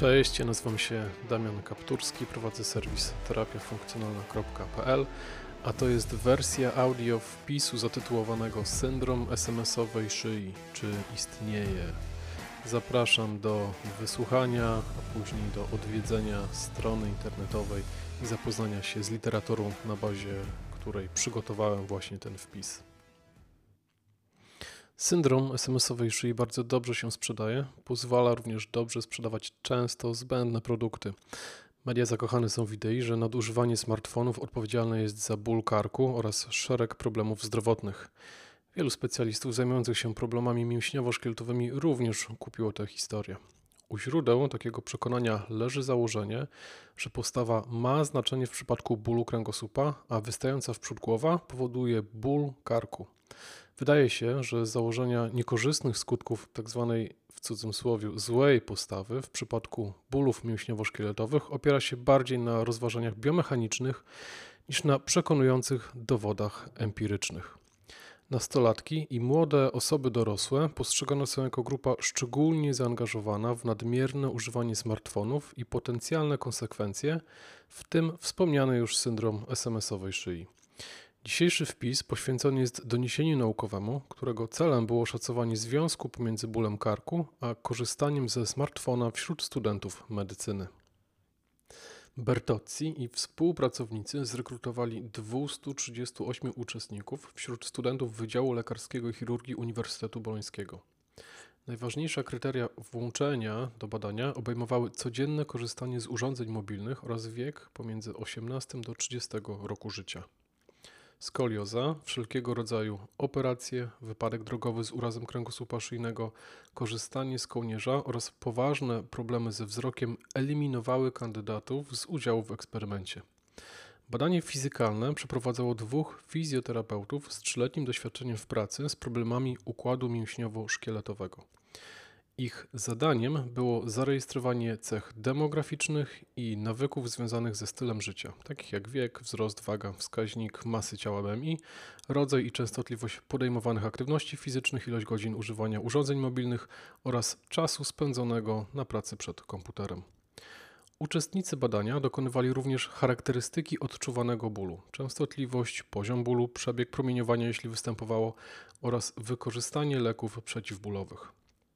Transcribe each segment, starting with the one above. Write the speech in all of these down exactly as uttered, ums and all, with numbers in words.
Cześć, ja nazywam się Damian Kapturski, prowadzę serwis terapiafunkcjonalna kropka p l, a to jest wersja audio wpisu zatytułowanego Syndrom es em esowej szyi. Czy istnieje? Zapraszam do wysłuchania, a później do odwiedzenia strony internetowej i zapoznania się z literaturą, na bazie której przygotowałem właśnie ten wpis. Syndrom es em esowej szyi bardzo dobrze się sprzedaje, pozwala również dobrze sprzedawać często zbędne produkty. Media zakochane są w idei, że nadużywanie smartfonów odpowiedzialne jest za ból karku oraz szereg problemów zdrowotnych. Wielu specjalistów zajmujących się problemami mięśniowo-szkieletowymi również kupiło tę historię. U źródeł takiego przekonania leży założenie, że postawa ma znaczenie w przypadku bólu kręgosłupa, a wystająca wprzód głowa powoduje ból karku. Wydaje się, że z założenia niekorzystnych skutków tzw. w cudzysłowie złej postawy w przypadku bólów mięśniowo-szkieletowych opiera się bardziej na rozważaniach biomechanicznych niż na przekonujących dowodach empirycznych. Nastolatki i młode osoby dorosłe postrzegane są jako grupa szczególnie zaangażowana w nadmierne używanie smartfonów i potencjalne konsekwencje, w tym wspomniany już syndrom es em esowej szyi. Dzisiejszy wpis poświęcony jest doniesieniu naukowemu, którego celem było szacowanie związku pomiędzy bólem karku a korzystaniem ze smartfona wśród studentów medycyny. Bertozzi i współpracownicy zrekrutowali dwieście trzydzieści osiem uczestników wśród studentów Wydziału Lekarskiego i Chirurgii Uniwersytetu Bolońskiego. Najważniejsze kryteria włączenia do badania obejmowały codzienne korzystanie z urządzeń mobilnych oraz wiek pomiędzy osiemnastym do trzydziestego roku życia. Skolioza, wszelkiego rodzaju operacje, wypadek drogowy z urazem kręgosłupa szyjnego, korzystanie z kołnierza oraz poważne problemy ze wzrokiem eliminowały kandydatów z udziału w eksperymencie. Badanie fizykalne przeprowadzało dwóch fizjoterapeutów z trzyletnim doświadczeniem w pracy z problemami układu mięśniowo-szkieletowego. Ich zadaniem było zarejestrowanie cech demograficznych i nawyków związanych ze stylem życia, takich jak wiek, wzrost, waga, wskaźnik masy ciała B M I, rodzaj i częstotliwość podejmowanych aktywności fizycznych, ilość godzin używania urządzeń mobilnych oraz czasu spędzonego na pracy przed komputerem. Uczestnicy badania dokonywali również charakterystyki odczuwanego bólu, częstotliwość, poziom bólu, przebieg promieniowania, jeśli występowało, oraz wykorzystanie leków przeciwbólowych.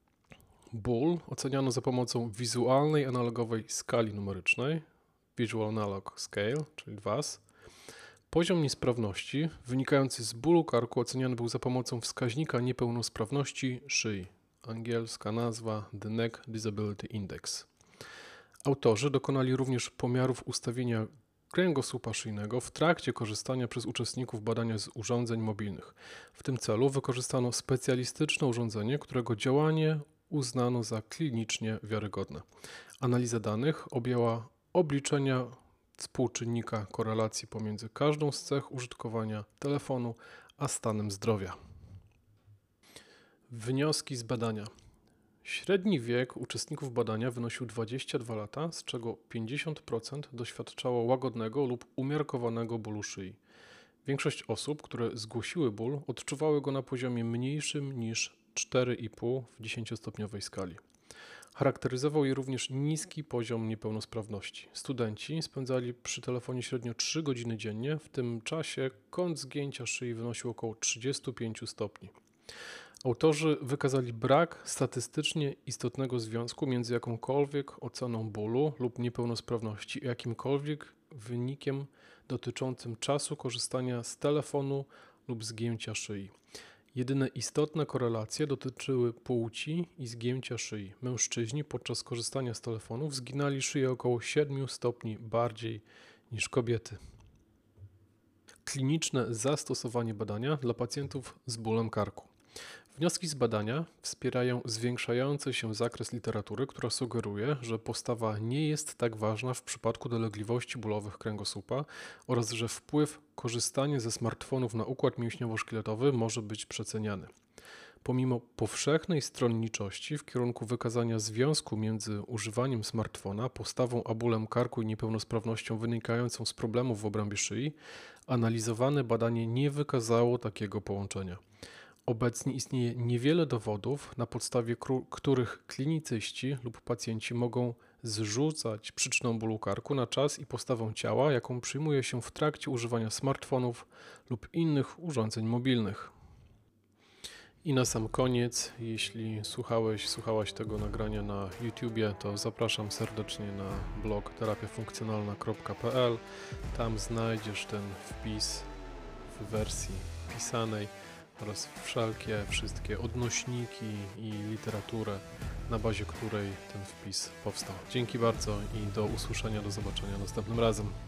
Ból oceniano za pomocą wizualnej analogowej skali numerycznej, Visual Analog Scale, czyli V A S. Poziom niesprawności wynikający z bólu karku oceniany był za pomocą wskaźnika niepełnosprawności szyi, angielska nazwa The Neck Disability Index. Autorzy dokonali również pomiarów ustawienia kręgosłupa szyjnego w trakcie korzystania przez uczestników badania z urządzeń mobilnych. W tym celu wykorzystano specjalistyczne urządzenie, którego działanie uznano za klinicznie wiarygodne. Analiza danych objęła obliczenia współczynnika korelacji pomiędzy każdą z cech użytkowania telefonu a stanem zdrowia. Wnioski z badania. Średni wiek uczestników badania wynosił dwadzieścia dwa lata, z czego pięćdziesiąt procent doświadczało łagodnego lub umiarkowanego bólu szyi. Większość osób, które zgłosiły ból, odczuwały go na poziomie mniejszym niż cztery i pół w dziesięciostopniowej skali. Charakteryzował je również niski poziom niepełnosprawności. Studenci spędzali przy telefonie średnio trzy godziny dziennie, w tym czasie kąt zgięcia szyi wynosił około trzydzieści pięć stopni. Autorzy wykazali brak statystycznie istotnego związku między jakąkolwiek oceną bólu lub niepełnosprawności a jakimkolwiek wynikiem dotyczącym czasu korzystania z telefonu lub zgięcia szyi. Jedyne istotne korelacje dotyczyły płci i zgięcia szyi. Mężczyźni podczas korzystania z telefonów zginali szyję około siedmiu stopni bardziej niż kobiety. Kliniczne zastosowanie badania dla pacjentów z bólem karku. Wnioski z badania wspierają zwiększający się zakres literatury, która sugeruje, że postawa nie jest tak ważna w przypadku dolegliwości bólowych kręgosłupa oraz że wpływ korzystania ze smartfonów na układ mięśniowo-szkieletowy może być przeceniany. Pomimo powszechnej stronniczości w kierunku wykazania związku między używaniem smartfona, postawą a bólem karku i niepełnosprawnością wynikającą z problemów w obrębie szyi, analizowane badanie nie wykazało takiego połączenia. Obecnie istnieje niewiele dowodów, na podstawie których klinicyści lub pacjenci mogą zrzucać przyczyną bólu karku na czas i postawę ciała, jaką przyjmuje się w trakcie używania smartfonów lub innych urządzeń mobilnych. I na sam koniec, jeśli słuchałeś, słuchałaś tego nagrania na YouTubie, to zapraszam serdecznie na blog terapiafunkcjonalna kropka p l. Tam znajdziesz ten wpis w wersji pisanej oraz wszelkie wszystkie odnośniki i literaturę, na bazie której ten wpis powstał. Dzięki bardzo i do usłyszenia, do zobaczenia następnym razem.